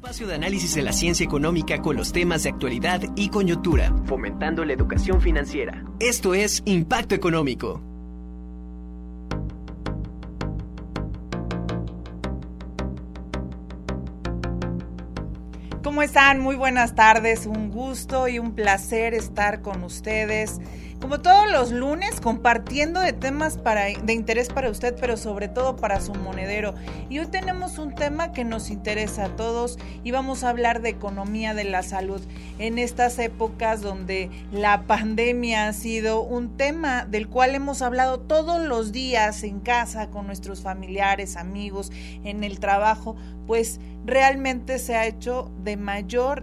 Espacio de análisis de la ciencia económica con los temas de actualidad y coyuntura, fomentando la educación financiera. Esto es Impacto Económico. ¿Cómo están? Muy buenas tardes, un gusto y un placer estar con ustedes. Como todos los lunes, compartiendo de temas de interés para usted, pero sobre todo para su monedero. Y hoy tenemos un tema que nos interesa a todos y vamos a hablar de economía de la salud. En estas épocas donde la pandemia ha sido un tema del cual hemos hablado todos los días en casa, con nuestros familiares, amigos, en el trabajo, pues realmente se ha hecho de mayor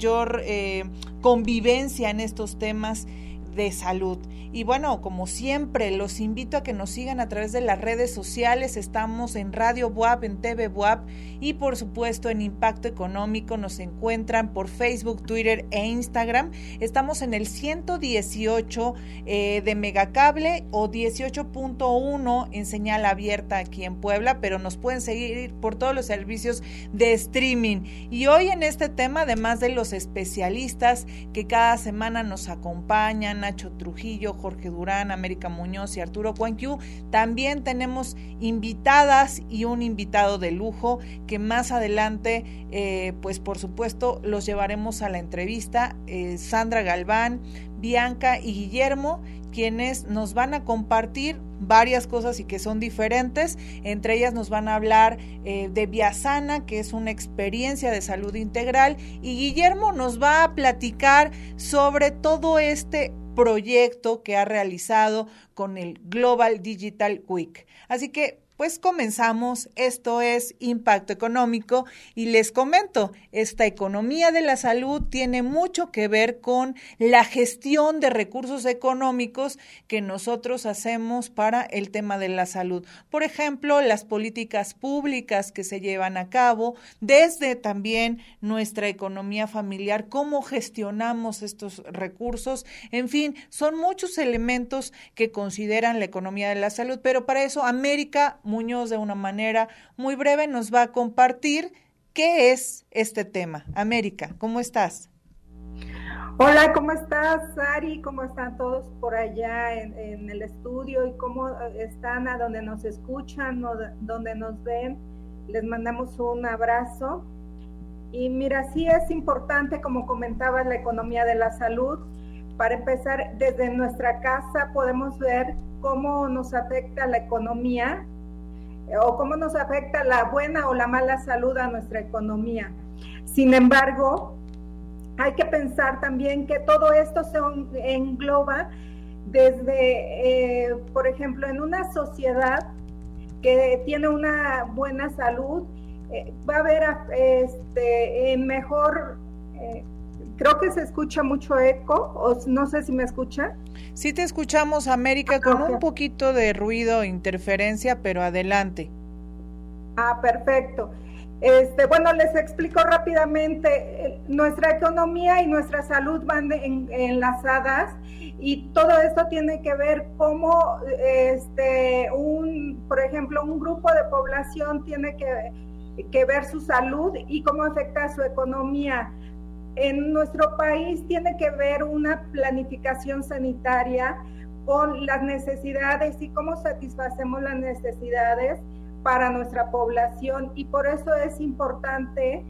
convivencia en estos temas de salud. Y bueno, como siempre, los invito a que nos sigan a través de las redes sociales. Estamos en Radio Buap, en TV Buap y por supuesto en Impacto Económico. Nos encuentran por Facebook, Twitter e Instagram. Estamos en el 118 de Megacable o 18.1 en señal abierta aquí en Puebla, pero nos pueden seguir por todos los servicios de streaming. Y hoy en este tema, además de los especialistas que cada semana nos acompañan, Nacho Trujillo, Jorge Durán, América Muñoz y Arturo Cuanquiu, también tenemos invitadas y un invitado de lujo que más adelante, pues por supuesto, los llevaremos a la entrevista, Sandra Galván, Bianca y Guillermo, quienes nos van a compartir varias cosas y que son diferentes. Entre ellas nos van a hablar de Viasana, que es una experiencia de salud integral, y Guillermo nos va a platicar sobre todo este proyecto que ha realizado con el Global Digital Week. Así que pues comenzamos. Esto es Impacto Económico y les comento, esta economía de la salud tiene mucho que ver con la gestión de recursos económicos que nosotros hacemos para el tema de la salud. Por ejemplo, las políticas públicas que se llevan a cabo, desde también nuestra economía familiar, cómo gestionamos estos recursos. En fin, son muchos elementos que consideran la economía de la salud, pero para eso América Muñoz, de una manera muy breve, nos va a compartir qué es este tema. América, ¿cómo estás? Hola, ¿cómo estás, Ari? ¿Cómo están todos por allá en el estudio? ¿Y cómo están a donde nos escuchan o donde nos ven? Les mandamos un abrazo. Y mira, sí es importante, como comentabas, la economía de la salud. Para empezar, desde nuestra casa podemos ver cómo nos afecta la economía o cómo nos afecta la buena o la mala salud a nuestra economía. Sin embargo, hay que pensar también que todo esto se engloba desde, por ejemplo, en una sociedad que tiene una buena salud, va a haber mejor... creo que se escucha mucho eco, o no sé si me escucha. Sí te escuchamos, América, con un poquito de ruido, interferencia, pero adelante. Perfecto. Bueno, les explico rápidamente. Nuestra economía y nuestra salud van enlazadas y todo esto tiene que ver cómo, por ejemplo, un grupo de población tiene que ver su salud y cómo afecta a su economía. En nuestro país tiene que ver una planificación sanitaria con las necesidades y cómo satisfacemos las necesidades para nuestra población, y por eso es importante,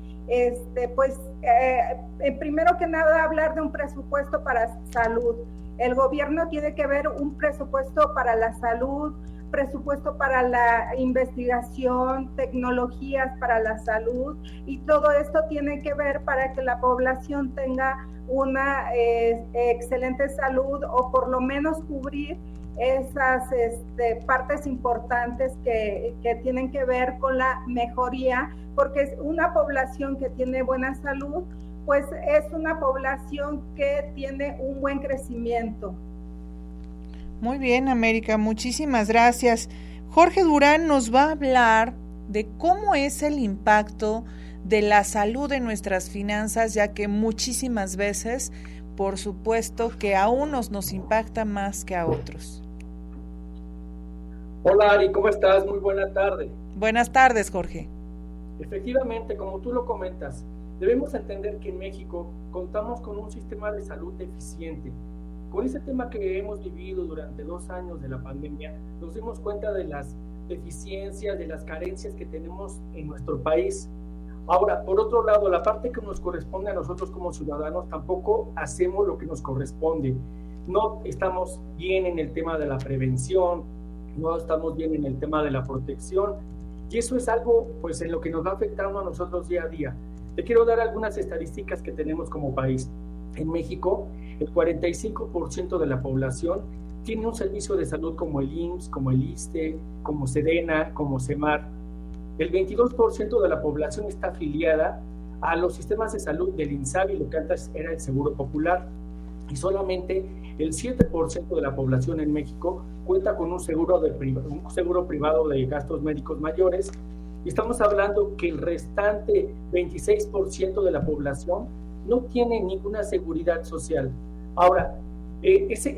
primero que nada, hablar de un presupuesto para salud. El gobierno tiene que ver un presupuesto para la salud, presupuesto para la investigación, tecnologías para la salud, y todo esto tiene que ver para que la población tenga una excelente salud, o por lo menos cubrir esas partes importantes que tienen que ver con la mejoría, porque es una población que tiene buena salud, pues es una población que tiene un buen crecimiento. Muy bien, América, muchísimas gracias. Jorge Durán nos va a hablar de cómo es el impacto de la salud en nuestras finanzas, ya que muchísimas veces, por supuesto, que a unos nos impacta más que a otros. Hola, Ari, ¿cómo estás? Muy buena tarde. Buenas tardes, Jorge. Efectivamente, como tú lo comentas, debemos entender que en México contamos con un sistema de salud eficiente. Con ese tema que hemos vivido durante 2 años de la pandemia, nos dimos cuenta de las deficiencias, de las carencias que tenemos en nuestro país. Ahora, por otro lado, la parte que nos corresponde a nosotros como ciudadanos, tampoco hacemos lo que nos corresponde. No estamos bien en el tema de la prevención, no estamos bien en el tema de la protección, y eso es algo pues en lo que nos va afectando a nosotros día a día. Te quiero dar algunas estadísticas que tenemos como país. En México, el 45% de la población tiene un servicio de salud como el IMSS, como el ISSSTE, como SEDENA, como CEMAR. El 22% de la población está afiliada a los sistemas de salud del INSABI, lo que antes era el Seguro Popular, y solamente el 7% de la población en México cuenta con un seguro privado de gastos médicos mayores, y estamos hablando que el restante 26% de la población no tiene ninguna seguridad social. Ahora, ese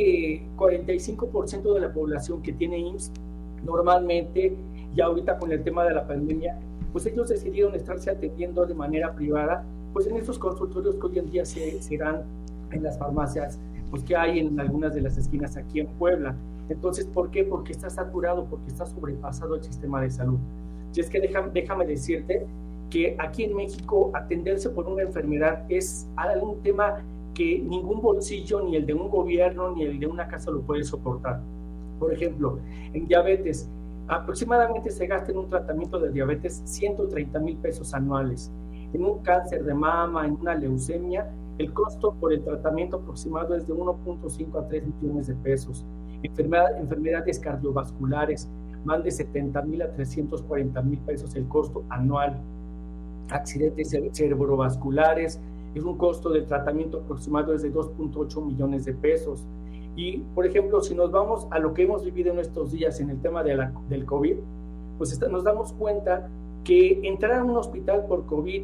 45% de la población que tiene IMSS, normalmente, y ahorita con el tema de la pandemia, pues ellos decidieron estarse atendiendo de manera privada, pues en esos consultorios que hoy en día se dan en las farmacias, pues que hay en algunas de las esquinas aquí en Puebla. Entonces, ¿por qué? Porque está saturado, porque está sobrepasado el sistema de salud. Y es que déjame decirte que aquí en México atenderse por una enfermedad es algún tema que ningún bolsillo, ni el de un gobierno, ni el de una casa lo puede soportar. Por ejemplo, en diabetes, aproximadamente se gasta en un tratamiento de diabetes 130,000 pesos anuales. En un cáncer de mama, en una leucemia, el costo por el tratamiento aproximado es de 1.5 a 3 millones de pesos. Enfermedades cardiovasculares, más de 70,000 a 340,000 pesos el costo anual. Accidentes cerebrovasculares, es un costo del tratamiento aproximado es de 2.8 millones de pesos. Y, por ejemplo, si nos vamos a lo que hemos vivido en estos días en el tema del COVID, pues nos damos cuenta que entrar a un hospital por COVID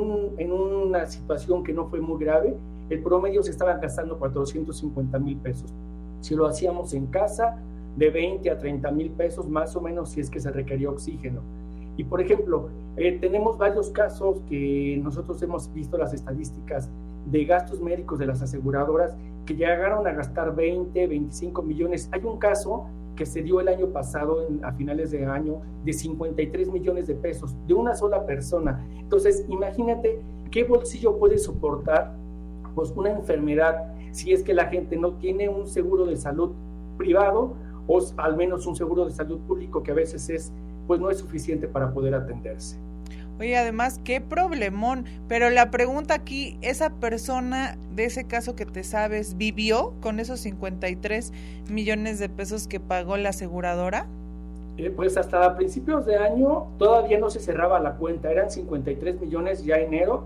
en una situación que no fue muy grave, el promedio se estaban gastando 450,000 pesos. Si lo hacíamos en casa, de 20 a 30,000 pesos más o menos, si es que se requería oxígeno. Y, por ejemplo, tenemos varios casos que nosotros hemos visto las estadísticas de gastos médicos de las aseguradoras que llegaron a gastar 20, 25 millones. Hay un caso que se dio el año pasado, a finales de año, de 53 millones de pesos de una sola persona. Entonces, imagínate qué bolsillo puede soportar pues una enfermedad si es que la gente no tiene un seguro de salud privado o al menos un seguro de salud público que a veces pues no es suficiente para poder atenderse. Oye, además, qué problemón, pero la pregunta aquí, ¿esa persona de ese caso que te sabes vivió con esos 53 millones de pesos que pagó la aseguradora? Pues hasta principios de año todavía no se cerraba la cuenta, eran 53 millones ya enero.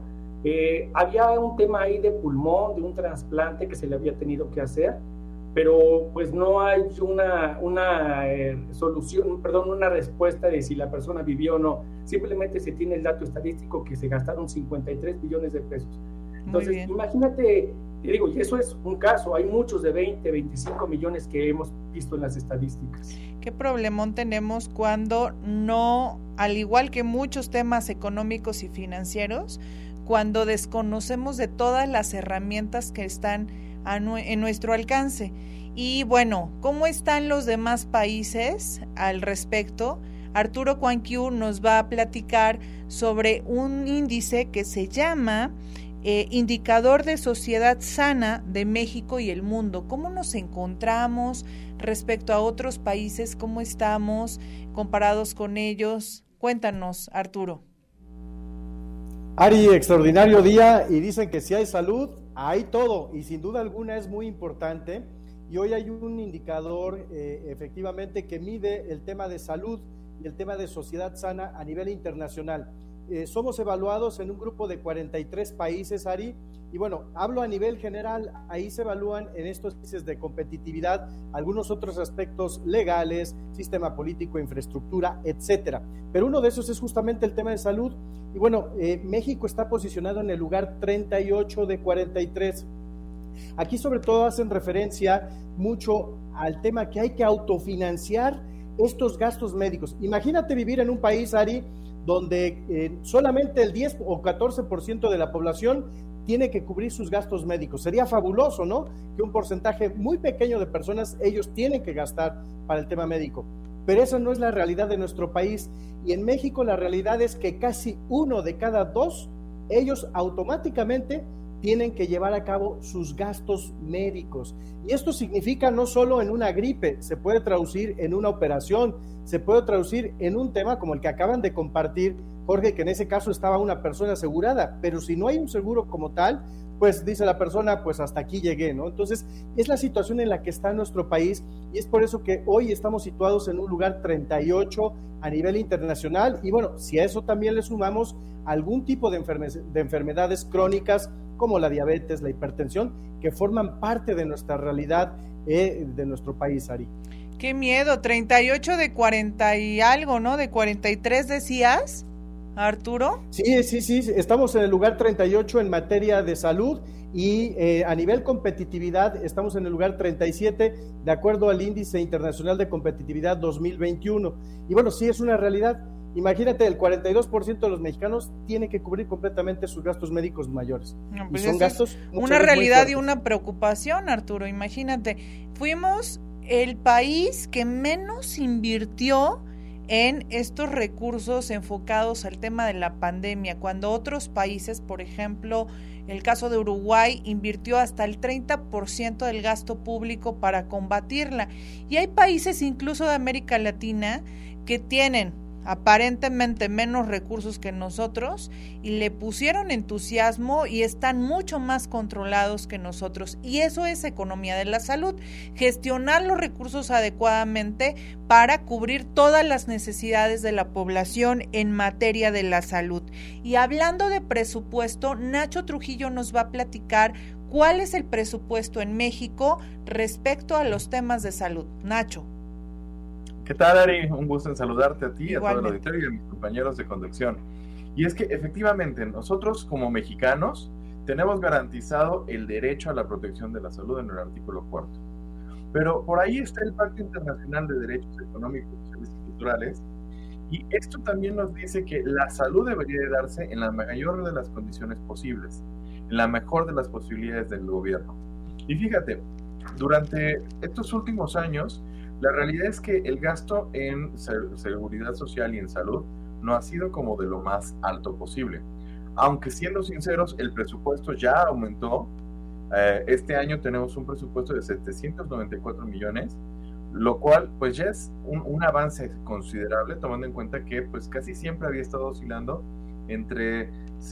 Había un tema ahí de pulmón, de un trasplante que se le había tenido que hacer, pero pues no hay una respuesta de si la persona vivió o no. Simplemente se tiene el dato estadístico que se gastaron 53 millones de pesos. Entonces, imagínate, te digo, y eso es un caso, hay muchos de 20, 25 millones que hemos visto en las estadísticas. ¿Qué problemón tenemos cuando no, al igual que muchos temas económicos y financieros, cuando desconocemos de todas las herramientas que están en nuestro alcance? Y bueno, ¿cómo están los demás países al respecto? Arturo Cuanquiu nos va a platicar sobre un índice que se llama Indicador de Sociedad Sana de México y el Mundo. ¿Cómo nos encontramos respecto a otros países? ¿Cómo estamos comparados con ellos? Cuéntanos, Arturo. Ari, extraordinario día, y dicen que si hay salud, hay todo, y sin duda alguna es muy importante, y hoy hay un indicador efectivamente que mide el tema de salud y el tema de sociedad sana a nivel internacional. Somos evaluados en un grupo de 43 países, Ari, y bueno, hablo a nivel general, ahí se evalúan en estos índices de competitividad algunos otros aspectos legales, sistema político, infraestructura, etcétera. Pero uno de esos es justamente el tema de salud, y bueno, México está posicionado en el lugar 38 de 43. Aquí sobre todo hacen referencia mucho al tema que hay que autofinanciar estos gastos médicos. Imagínate vivir en un país, Ari, donde solamente el 10 o 14% de la población tiene que cubrir sus gastos médicos. Sería fabuloso, ¿no? Que un porcentaje muy pequeño de personas, ellos tienen que gastar para el tema médico. Pero esa no es la realidad de nuestro país. Y en México la realidad es que casi 1 de cada 2, ellos automáticamente tienen que llevar a cabo sus gastos médicos. Y esto significa no solo en una gripe, se puede traducir en una operación, se puede traducir en un tema como el que acaban de compartir, Jorge, que en ese caso estaba una persona asegurada, pero si no hay un seguro como tal, pues dice la persona, pues hasta aquí llegué, ¿no? Entonces, es la situación en la que está nuestro país y es por eso que hoy estamos situados en un lugar 38 a nivel internacional y bueno, si a eso también le sumamos algún tipo de enfermedades crónicas como la diabetes, la hipertensión, que forman parte de nuestra realidad de nuestro país, Ari. Qué miedo, 38 de 40 y algo, ¿no? De 43 decías, Arturo. Sí, estamos en el lugar 38 en materia de salud y a nivel competitividad estamos en el lugar 37 de acuerdo al Índice Internacional de Competitividad 2021. Y bueno, sí es una realidad. Imagínate, el 42% de los mexicanos tiene que cubrir completamente sus gastos médicos mayores. No, pues y son gastos una realidad y una preocupación, Arturo. Imagínate, fuimos el país que menos invirtió en estos recursos enfocados al tema de la pandemia, cuando otros países, por ejemplo, el caso de Uruguay, invirtió hasta el 30% del gasto público para combatirla. Y hay países incluso de América Latina que tienen aparentemente menos recursos que nosotros y le pusieron entusiasmo y están mucho más controlados que nosotros, y eso es economía de la salud, gestionar los recursos adecuadamente para cubrir todas las necesidades de la población en materia de la salud. Y hablando de presupuesto, Nacho Trujillo nos va a platicar cuál es el presupuesto en México respecto a los temas de salud. Nacho. ¿Qué tal, Ari? Un gusto en saludarte a ti, igualmente, a todo el auditorio y a mis compañeros de conducción. Y es que efectivamente nosotros como mexicanos tenemos garantizado el derecho a la protección de la salud en el artículo 4. Pero por ahí está el Pacto Internacional de Derechos Económicos, Sociales y Culturales, y esto también nos dice que la salud debería de darse en la mayor de las condiciones posibles, en la mejor de las posibilidades del gobierno. Y fíjate, durante estos últimos años, la realidad es que el gasto en seguridad social y en salud no ha sido como de lo más alto posible. Aunque siendo sinceros, el presupuesto ya aumentó. Este año tenemos un presupuesto de 794 millones, lo cual pues ya es un avance considerable, tomando en cuenta que pues casi siempre había estado oscilando entre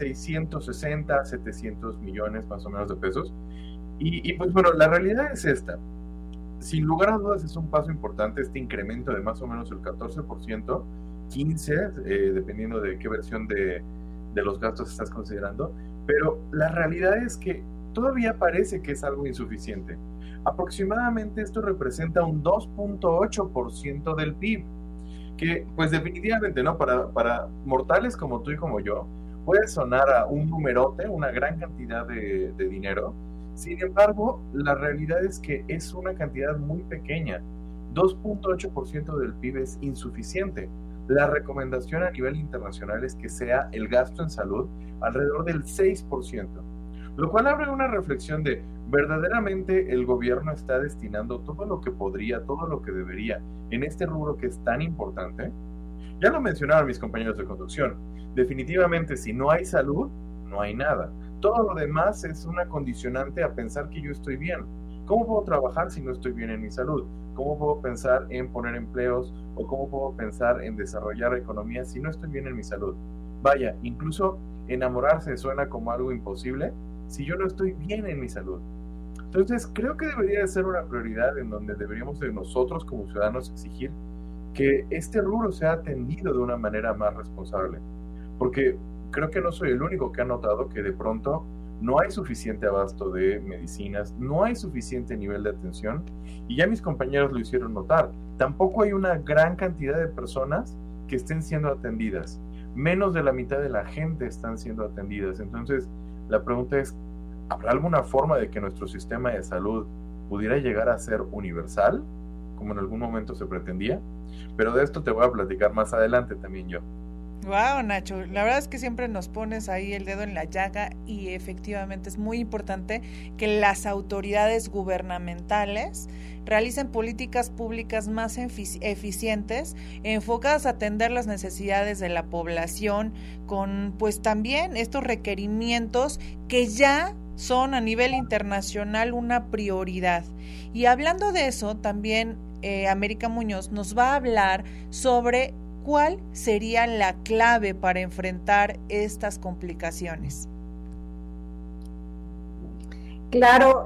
660 a 700 millones más o menos de pesos. Y pues bueno, la realidad es esta. Sin lugar a dudas es un paso importante este incremento de más o menos el 14%, 15%, dependiendo de qué versión de los gastos estás considerando, pero la realidad es que todavía parece que es algo insuficiente. Aproximadamente esto representa un 2.8% del PIB, que pues definitivamente, ¿no? Para mortales como tú y como yo, puede sonar a un numerote, una gran cantidad de dinero. Sin embargo, la realidad es que es una cantidad muy pequeña. 2.8% del PIB es insuficiente. La recomendación a nivel internacional es que sea el gasto en salud alrededor del 6%, lo cual abre una reflexión de verdaderamente el gobierno está destinando todo lo que podría, todo lo que debería en este rubro que es tan importante. Ya lo mencionaron mis compañeros de conducción. Definitivamente, si no hay salud, no hay nada. Todo lo demás es una condicionante a pensar que yo estoy bien. ¿Cómo puedo trabajar si no estoy bien en mi salud? ¿Cómo puedo pensar en poner empleos o cómo puedo pensar en desarrollar economía si no estoy bien en mi salud? Vaya, incluso enamorarse suena como algo imposible si yo no estoy bien en mi salud. Entonces, creo que debería de ser una prioridad en donde deberíamos de nosotros como ciudadanos exigir que este rubro sea atendido de una manera más responsable. Porque creo que no soy el único que ha notado que de pronto no hay suficiente abasto de medicinas, no hay suficiente nivel de atención, y ya mis compañeros lo hicieron notar. Tampoco hay una gran cantidad de personas que estén siendo atendidas. Menos de la mitad de la gente están siendo atendidas. Entonces, la pregunta es, ¿habrá alguna forma de que nuestro sistema de salud pudiera llegar a ser universal, como en algún momento se pretendía? Pero de esto te voy a platicar más adelante también yo. Wow, Nacho, la verdad es que siempre nos pones ahí el dedo en la llaga y efectivamente es muy importante que las autoridades gubernamentales realicen políticas públicas más eficientes, enfocadas a atender las necesidades de la población, con pues también estos requerimientos que ya son a nivel internacional una prioridad. Y hablando de eso, también América Muñoz nos va a hablar sobre cuál sería la clave para enfrentar estas complicaciones. Claro,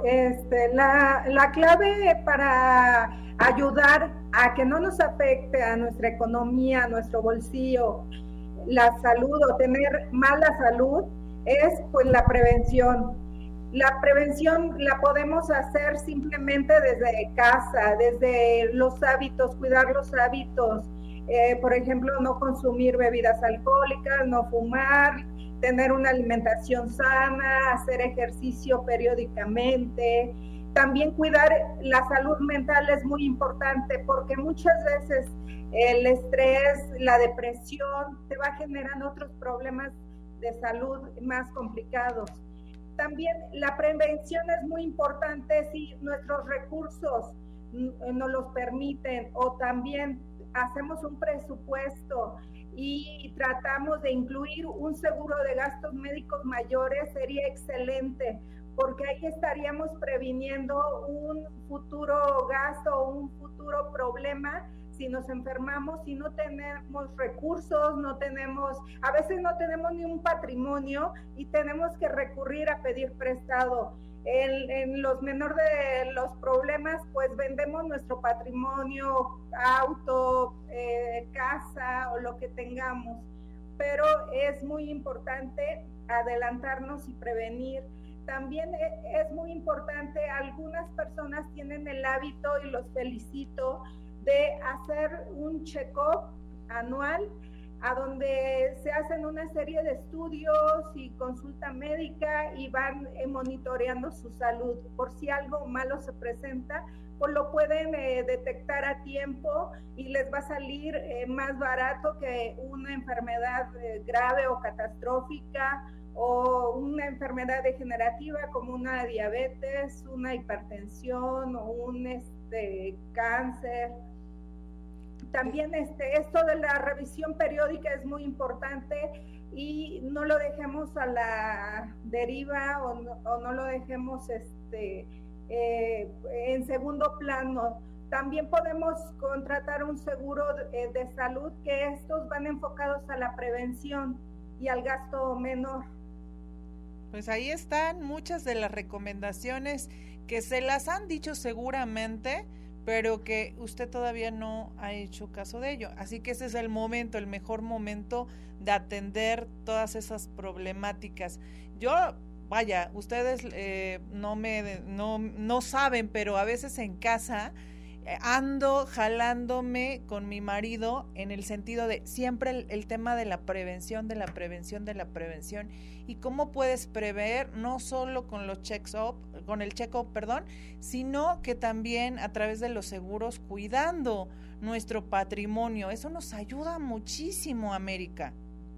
la clave para ayudar a que no nos afecte a nuestra economía, a nuestro bolsillo, la salud o tener mala salud es pues la prevención. La prevención la podemos hacer simplemente desde casa, desde los hábitos, cuidar los hábitos. Por ejemplo, no consumir bebidas alcohólicas, no fumar, tener una alimentación sana, hacer ejercicio periódicamente. También cuidar la salud mental es muy importante porque muchas veces el estrés, la depresión te va generando otros problemas de salud más complicados. También la prevención es muy importante si nuestros recursos nos los permiten, o también hacemos un presupuesto y tratamos de incluir un seguro de gastos médicos mayores, sería excelente, porque ahí estaríamos previniendo un futuro gasto o un futuro problema si nos enfermamos, si no tenemos recursos, a veces no tenemos ni un patrimonio y tenemos que recurrir a pedir prestado. En los menores de los problemas, pues vendemos nuestro patrimonio, auto, casa o lo que tengamos, pero es muy importante adelantarnos y prevenir. También es muy importante, algunas personas tienen el hábito, y los felicito, de hacer un check-up anual a donde se hacen una serie de estudios y consulta médica y van monitoreando su salud. Por si algo malo se presenta, pues lo pueden detectar a tiempo y les va a salir más barato que una enfermedad grave o catastrófica, o una enfermedad degenerativa como una diabetes, una hipertensión o un cáncer. También esto de la revisión periódica es muy importante y no lo dejemos a la deriva o no lo dejemos en segundo plano. También podemos contratar un seguro de salud, que estos van enfocados a la prevención y al gasto menor. Pues ahí están muchas de las recomendaciones que se las han dicho seguramente, pero que usted todavía no ha hecho caso de ello. Así que ese es el momento, el mejor momento de atender todas esas problemáticas. Vaya, ustedes no saben, pero a veces en casa ando jalándome con mi marido en el sentido de siempre el tema de la prevención, y cómo puedes prever no solo con el check-up, sino que también a través de los seguros, cuidando nuestro patrimonio. Eso nos ayuda muchísimo, América.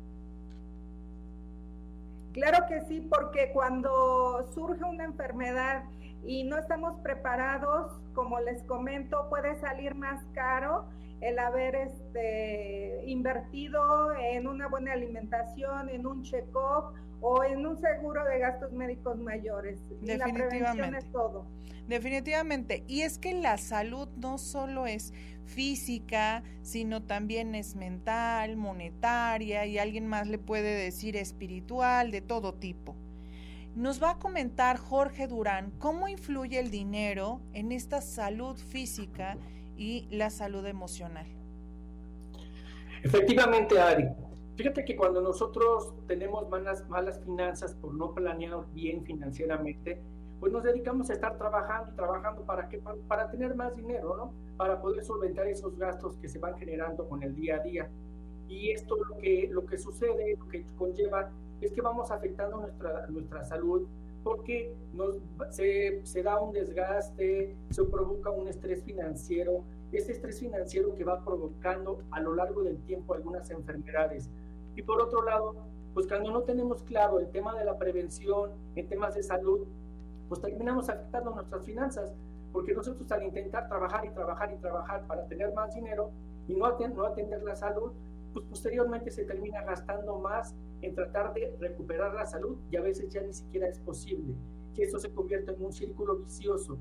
Claro que sí, porque cuando surge una enfermedad y no estamos preparados, como les comento, puede salir más caro el haber invertido en una buena alimentación, en un check-up o en un seguro de gastos médicos mayores. Y la prevención es todo. Definitivamente. Y es que la salud no solo es física, sino también es mental, monetaria, y alguien más le puede decir espiritual, de todo tipo. Nos va a comentar Jorge Durán cómo influye el dinero en esta salud física y la salud emocional. Efectivamente, Ari. Fíjate que cuando nosotros tenemos malas finanzas por no planear bien financieramente, pues nos dedicamos a estar trabajando ¿para qué? Para tener más dinero, ¿no? Para poder solventar esos gastos que se van generando con el día a día. Y esto lo que sucede, lo que conlleva, es que vamos afectando nuestra salud, porque se da un desgaste, se provoca un estrés financiero, ese estrés financiero que va provocando a lo largo del tiempo algunas enfermedades. Y por otro lado, pues cuando no tenemos claro el tema de la prevención en temas de salud, pues terminamos afectando nuestras finanzas, porque nosotros al intentar trabajar y trabajar y trabajar para tener más dinero y no atender la salud, pues posteriormente se termina gastando más en tratar de recuperar la salud y a veces ya ni siquiera es posible, que eso se convierte en un círculo vicioso.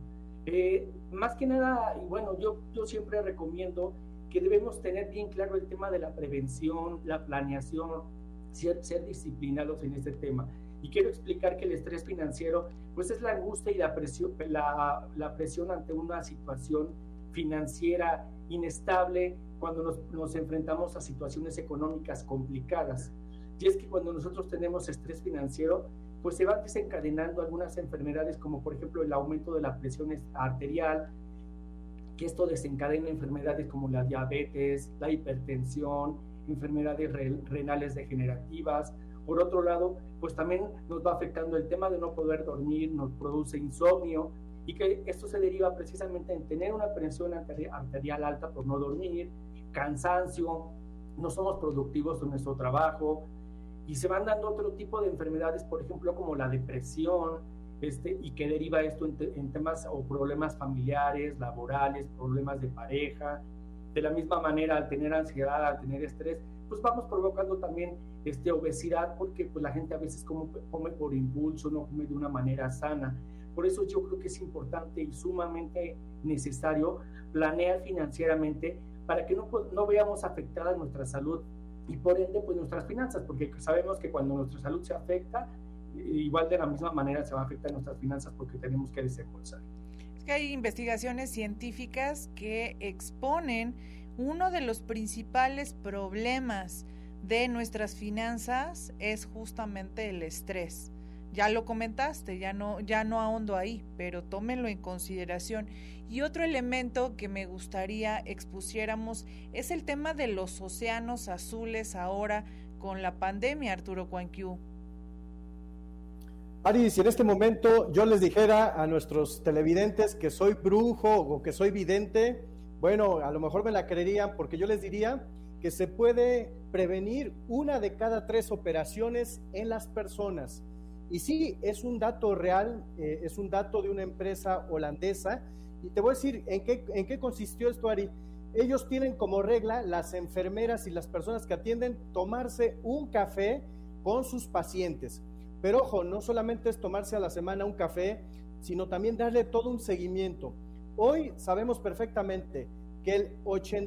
Más que nada, y bueno, yo siempre recomiendo que debemos tener bien claro el tema de la prevención, la planeación, ser disciplinados en este tema. Y quiero explicar que el estrés financiero pues es la angustia y la presión ante una situación financiera inestable cuando nos enfrentamos a situaciones económicas complicadas. Y es que cuando nosotros tenemos estrés financiero, pues se van desencadenando algunas enfermedades como por ejemplo el aumento de la presión arterial, que esto desencadena enfermedades como la diabetes, la hipertensión, enfermedades renales degenerativas. Por otro lado, pues también nos va afectando el tema de no poder dormir, nos produce insomnio, y que esto se deriva precisamente en tener una presión arterial alta por no dormir, cansancio, no somos productivos en nuestro trabajo, y se van dando otro tipo de enfermedades, por ejemplo, como la depresión, y que deriva esto en temas o problemas familiares, laborales, problemas de pareja. De la misma manera, al tener ansiedad, al tener estrés, pues vamos provocando también obesidad, porque pues la gente a veces come por impulso, no come de una manera sana. Por eso yo creo que es importante y sumamente necesario planear financieramente para que no veamos afectada nuestra salud y por ende pues nuestras finanzas, porque sabemos que cuando nuestra salud se afecta, igual de la misma manera se va a afectar nuestras finanzas porque tenemos que desembolsar. Es que hay investigaciones científicas que exponen uno de los principales problemas de nuestras finanzas es justamente el estrés. Ya lo comentaste, ya no ahondo ahí, pero tómenlo en consideración. Y otro elemento que me gustaría expusiéramos es el tema de los océanos azules ahora con la pandemia, Arturo Cuanquiu. Ari, si en este momento yo les dijera a nuestros televidentes que soy brujo o que soy vidente, bueno, a lo mejor me la creerían, porque yo les diría que se puede prevenir 1 de cada 3 operaciones en las personas. Y sí, es un dato real, es un dato de una empresa holandesa, y te voy a decir en qué consistió esto, Ari. Ellos tienen como regla, las enfermeras y las personas que atienden, tomarse un café con sus pacientes. Pero ojo, no solamente es tomarse a la semana un café, sino también darle todo un seguimiento. Hoy sabemos perfectamente que el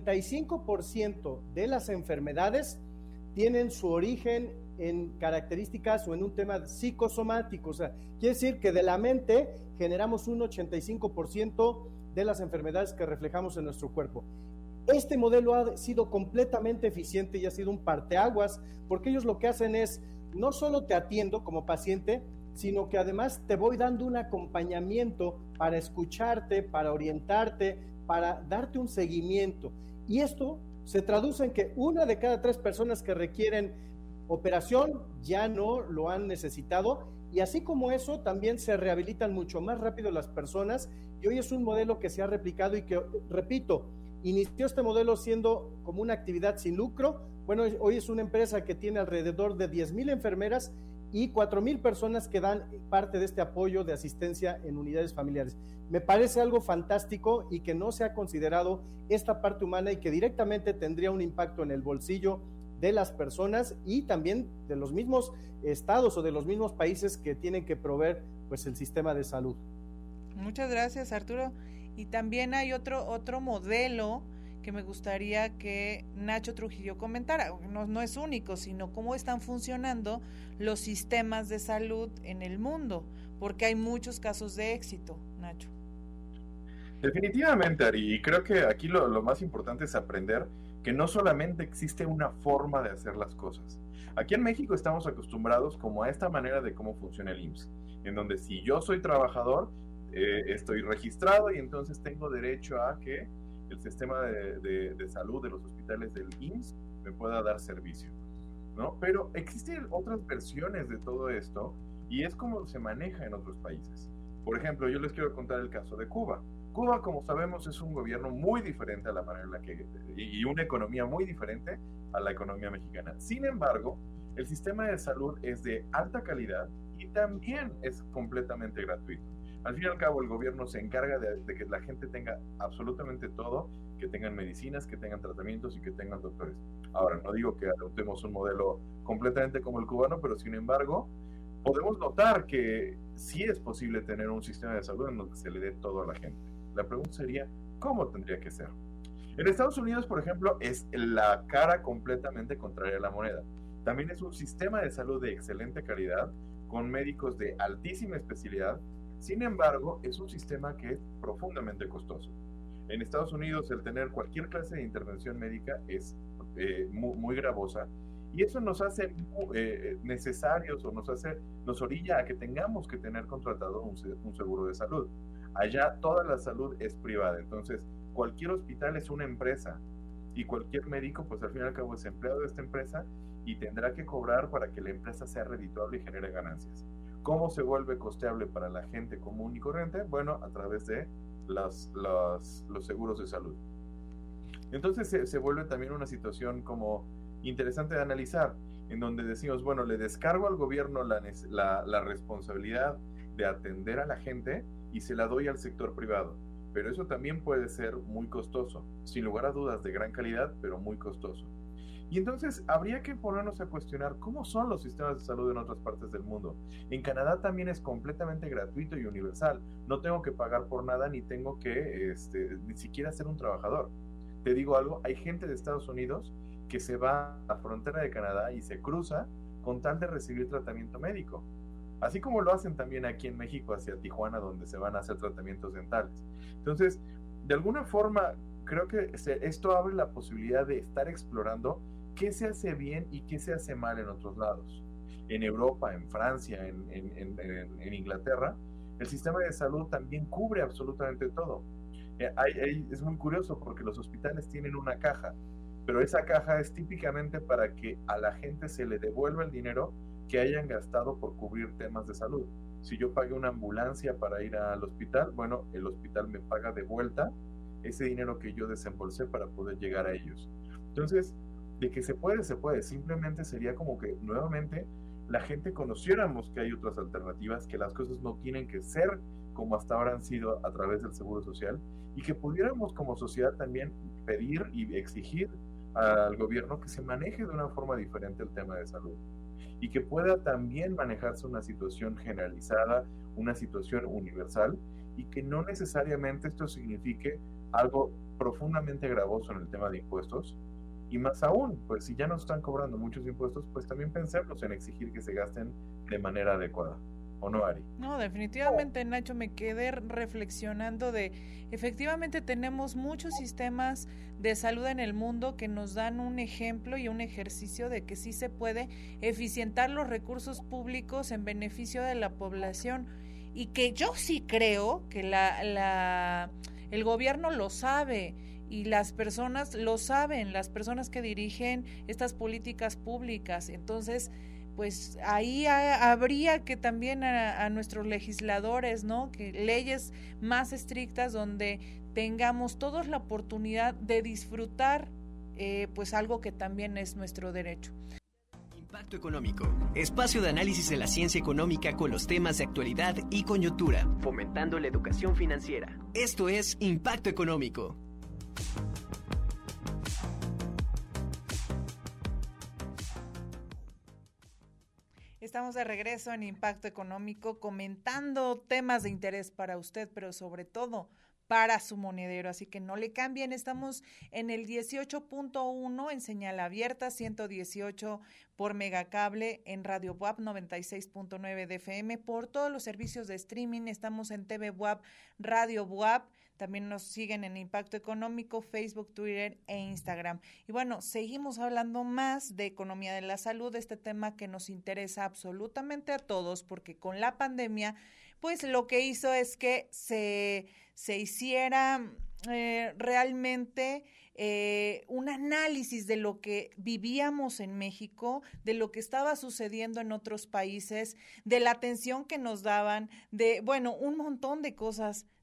85% de las enfermedades tienen su origen en características o en un tema psicosomático. O sea, quiere decir que de la mente generamos un 85% de las enfermedades que reflejamos en nuestro cuerpo. Este modelo ha sido completamente eficiente y ha sido un parteaguas, porque ellos lo que hacen es, no solo te atiendo como paciente, sino que además te voy dando un acompañamiento para escucharte, para orientarte, para darte un seguimiento. Y esto se traduce en que 1 de cada 3 personas que requieren operación ya no lo han necesitado, y así como eso también se rehabilitan mucho más rápido las personas, y hoy es un modelo que se ha replicado y que, repito, inició este modelo siendo como una actividad sin lucro. Bueno, hoy es una empresa que tiene alrededor de 10,000 enfermeras y 4,000 personas que dan parte de este apoyo de asistencia en unidades familiares. Me parece algo fantástico y que no se ha considerado esta parte humana y que directamente tendría un impacto en el bolsillo de las personas y también de los mismos estados o de los mismos países que tienen que proveer pues el sistema de salud. Muchas gracias, Arturo. Y también hay otro modelo que me gustaría que Nacho Trujillo comentara. No es único, sino cómo están funcionando los sistemas de salud en el mundo, porque hay muchos casos de éxito, Nacho. Definitivamente, Ari, y creo que aquí lo más importante es aprender que no solamente existe una forma de hacer las cosas. Aquí en México estamos acostumbrados como a esta manera de cómo funciona el IMSS, en donde si yo soy trabajador, estoy registrado y entonces tengo derecho a que el sistema de salud de los hospitales del IMSS me pueda dar servicio, ¿no? Pero existen otras versiones de todo esto y es como se maneja en otros países. Por ejemplo, yo les quiero contar el caso de Cuba. Cuba, como sabemos, es un gobierno muy diferente a la manera en la que, y una economía muy diferente a la economía mexicana. Sin embargo, el sistema de salud es de alta calidad y también es completamente gratuito. Al fin y al cabo, el gobierno se encarga de que la gente tenga absolutamente todo, que tengan medicinas, que tengan tratamientos y que tengan doctores. Ahora, no digo que adoptemos un modelo completamente como el cubano, pero sin embargo, podemos notar que sí es posible tener un sistema de salud en donde se le dé todo a la gente. La pregunta sería, ¿cómo tendría que ser? En Estados Unidos, por ejemplo, es la cara completamente contraria a la moneda. También es un sistema de salud de excelente calidad, con médicos de altísima especialidad. Sin embargo, es un sistema que es profundamente costoso. En Estados Unidos, el tener cualquier clase de intervención médica es muy gravosa, y eso nos hace necesarios o nos orilla a que tengamos que tener contratado un seguro de salud. Allá toda la salud es privada, entonces cualquier hospital es una empresa y cualquier médico, pues al fin y al cabo es empleado de esta empresa y tendrá que cobrar para que la empresa sea redituable y genere ganancias. ¿Cómo se vuelve costeable para la gente común y corriente? Bueno, a través de los seguros de salud. Entonces se vuelve también una situación como interesante de analizar, en donde decimos, bueno, le descargo al gobierno la responsabilidad de atender a la gente y se la doy al sector privado, pero eso también puede ser muy costoso, sin lugar a dudas de gran calidad, pero muy costoso. Y entonces habría que ponernos a cuestionar cómo son los sistemas de salud en otras partes del mundo. En Canadá también es completamente gratuito y universal, no tengo que pagar por nada ni tengo que ni siquiera ser un trabajador. Te digo algo, hay gente de Estados Unidos que se va a la frontera de Canadá y se cruza con tal de recibir tratamiento médico. Así como lo hacen también aquí en México hacia Tijuana, donde se van a hacer tratamientos dentales. Entonces, de alguna forma, creo que esto abre la posibilidad de estar explorando qué se hace bien y qué se hace mal en otros lados. En Europa, en Francia, en Inglaterra, el sistema de salud también cubre absolutamente todo. Es muy curioso porque los hospitales tienen una caja, pero esa caja es típicamente para que a la gente se le devuelva el dinero que hayan gastado por cubrir temas de salud. Si yo pagué una ambulancia para ir al hospital, bueno, el hospital me paga de vuelta ese dinero que yo desembolsé para poder llegar a ellos. Entonces, de que se puede, simplemente sería como que nuevamente la gente conociéramos que hay otras alternativas, que las cosas no tienen que ser como hasta ahora han sido a través del Seguro Social, y que pudiéramos como sociedad también pedir y exigir al gobierno que se maneje de una forma diferente el tema de salud y que pueda también manejarse una situación generalizada, una situación universal, y que no necesariamente esto signifique algo profundamente gravoso en el tema de impuestos. Y más aún, pues si ya nos están cobrando muchos impuestos, pues también pensemos en exigir que se gasten de manera adecuada. ¿O no, Ari? No, definitivamente, Nacho, me quedé reflexionando de, efectivamente tenemos muchos sistemas de salud en el mundo que nos dan un ejemplo y un ejercicio de que sí se puede eficientar los recursos públicos en beneficio de la población, y que yo sí creo que el gobierno lo sabe y las personas lo saben, las personas que dirigen estas políticas públicas. Entonces, pues ahí habría que también a nuestros legisladores, ¿no? Que leyes más estrictas donde tengamos todos la oportunidad de disfrutar pues algo que también es nuestro derecho. Impacto Económico, espacio de análisis de la ciencia económica con los temas de actualidad y coyuntura, fomentando la educación financiera. Esto es Impacto Económico. Estamos de regreso en Impacto Económico comentando temas de interés para usted, pero sobre todo para su monedero, así que no le cambien. Estamos en el 18.1 en señal abierta, 118 por megacable, en Radio WAP 96.9 de FM, por todos los servicios de streaming. Estamos en TV WAP, Radio WAP, también nos siguen en Impacto Económico, Facebook, Twitter e Instagram. Y bueno, seguimos hablando más de economía de la salud, este tema que nos interesa absolutamente a todos, porque con la pandemia, pues lo que hizo es que se hiciera realmente un análisis de lo que vivíamos en México, de lo que estaba sucediendo en otros países, de la atención que nos daban, de, bueno, un montón de cosas.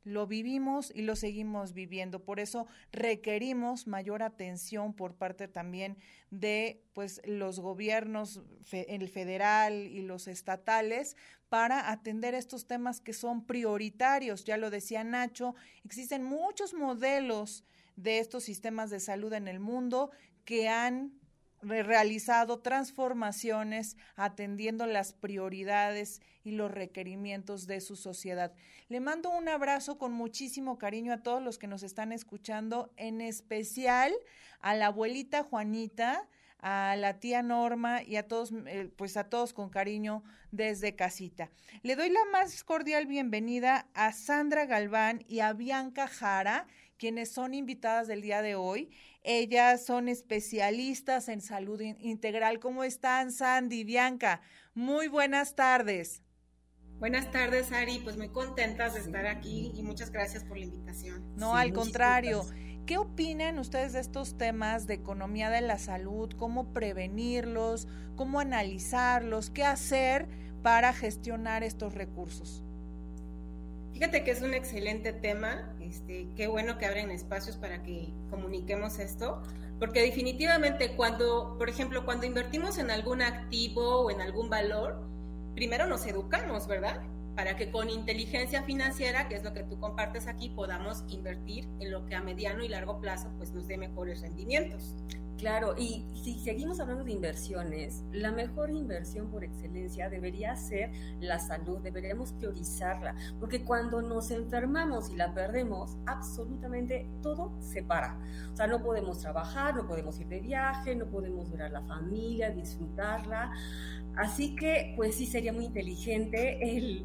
lo vivimos y lo seguimos viviendo. Por eso requerimos mayor atención por parte también de pues los gobiernos, el federal y los estatales, para atender estos temas que son prioritarios. Ya lo decía Nacho, existen muchos modelos de estos sistemas de salud en el mundo que han realizado transformaciones atendiendo las prioridades y los requerimientos de su sociedad. Le mando un abrazo con muchísimo cariño a todos los que nos están escuchando, en especial a la abuelita Juanita, a la tía Norma y a todos, pues a todos con cariño desde casita. Le doy la más cordial bienvenida a Sandra Galván y a Bianca Jara, quienes son invitadas del día de hoy. Ellas son especialistas en salud integral. ¿Cómo están, Sandy y Bianca? Muy buenas tardes. Buenas tardes, Ari. Pues muy contentas de estar aquí y muchas gracias por la invitación. No, al contrario. ¿Qué opinan ustedes de estos temas de economía de la salud? ¿Cómo prevenirlos? ¿Cómo analizarlos? ¿Qué hacer para gestionar estos recursos? Fíjate que es un excelente tema. Qué bueno que abren espacios para que comuniquemos esto, porque definitivamente por ejemplo, cuando invertimos en algún activo o en algún valor, primero nos educamos, ¿verdad? Para que con inteligencia financiera, que es lo que tú compartes aquí, podamos invertir en lo que a mediano y largo plazo pues nos dé mejores rendimientos. Claro, y si seguimos hablando de inversiones, la mejor inversión por excelencia debería ser la salud, deberíamos priorizarla, porque cuando nos enfermamos y la perdemos, absolutamente todo se para. O sea, no podemos trabajar, no podemos ir de viaje, no podemos ver a la familia, disfrutarla. Así que, pues sí sería muy inteligente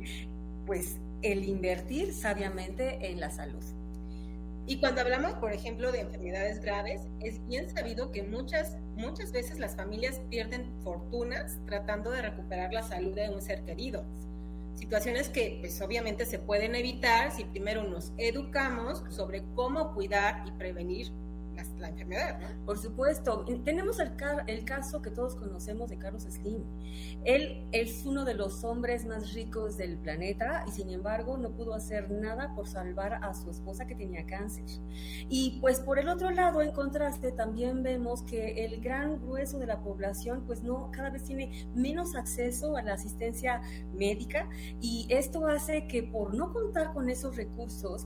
el invertir sabiamente en la salud. Y cuando hablamos, por ejemplo, de enfermedades graves, es bien sabido que muchas veces las familias pierden fortunas tratando de recuperar la salud de un ser querido. Situaciones que, pues, obviamente se pueden evitar si primero nos educamos sobre cómo cuidar y prevenir la enfermedad, ¿no? Por supuesto. Tenemos el caso que todos conocemos de Carlos Slim. Él es uno de los hombres más ricos del planeta y sin embargo no pudo hacer nada por salvar a su esposa que tenía cáncer. Y pues por el otro lado, en contraste, también vemos que el gran grueso de la población pues cada vez tiene menos acceso a la asistencia médica, y esto hace que por no contar con esos recursos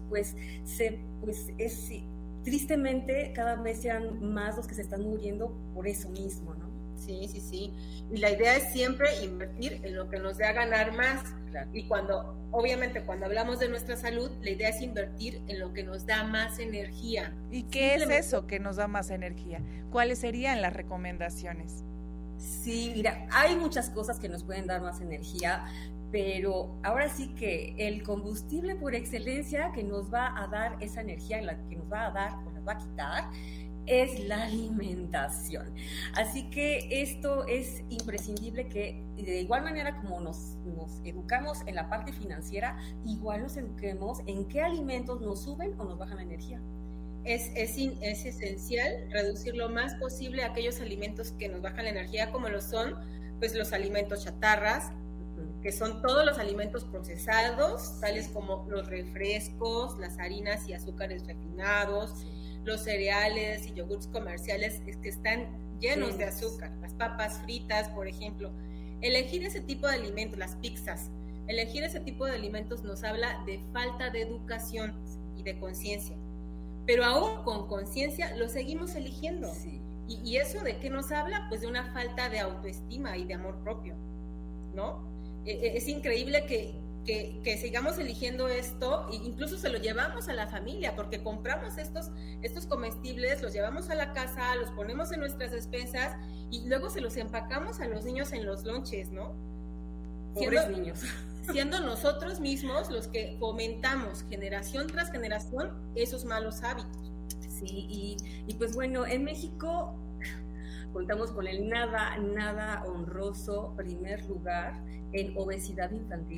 tristemente cada vez sean más los que se están muriendo por eso mismo, ¿no? Sí. Y la idea es siempre invertir en lo que nos dé a ganar más. Claro. Y cuando hablamos de nuestra salud, la idea es invertir en lo que nos da más energía. ¿Y qué es eso que nos da más energía? ¿Cuáles serían las recomendaciones? Sí, mira, hay muchas cosas que nos pueden dar más energía, pero ahora sí que el combustible por excelencia que nos va a dar esa energía, la que nos va a dar o nos va a quitar, es la alimentación. Así que esto es imprescindible, que de igual manera como nos educamos en la parte financiera, igual nos eduquemos en qué alimentos nos suben o nos bajan la energía. Es esencial reducir lo más posible aquellos alimentos que nos bajan la energía, como lo son pues los alimentos chatarras, que son todos los alimentos procesados, tales como los refrescos, las harinas y azúcares refinados, los cereales y yogurts comerciales que están llenos de azúcar, las papas fritas, por ejemplo. Elegir ese tipo de alimentos, las pizzas, elegir ese tipo de alimentos nos habla de falta de educación y de conciencia. Pero aún con conciencia lo seguimos eligiendo. Sí. ¿Y eso de qué nos habla? Pues de una falta de autoestima y de amor propio, ¿no? Es increíble que sigamos eligiendo esto, e incluso se lo llevamos a la familia, porque compramos estos comestibles, los llevamos a la casa, los ponemos en nuestras despensas y luego se los empacamos a los niños en los lonches, ¿no? Pobres niños. Siendo nosotros mismos los que fomentamos generación tras generación esos malos hábitos. Sí, y pues bueno, en México contamos con el nada honroso primer lugar en obesidad infantil.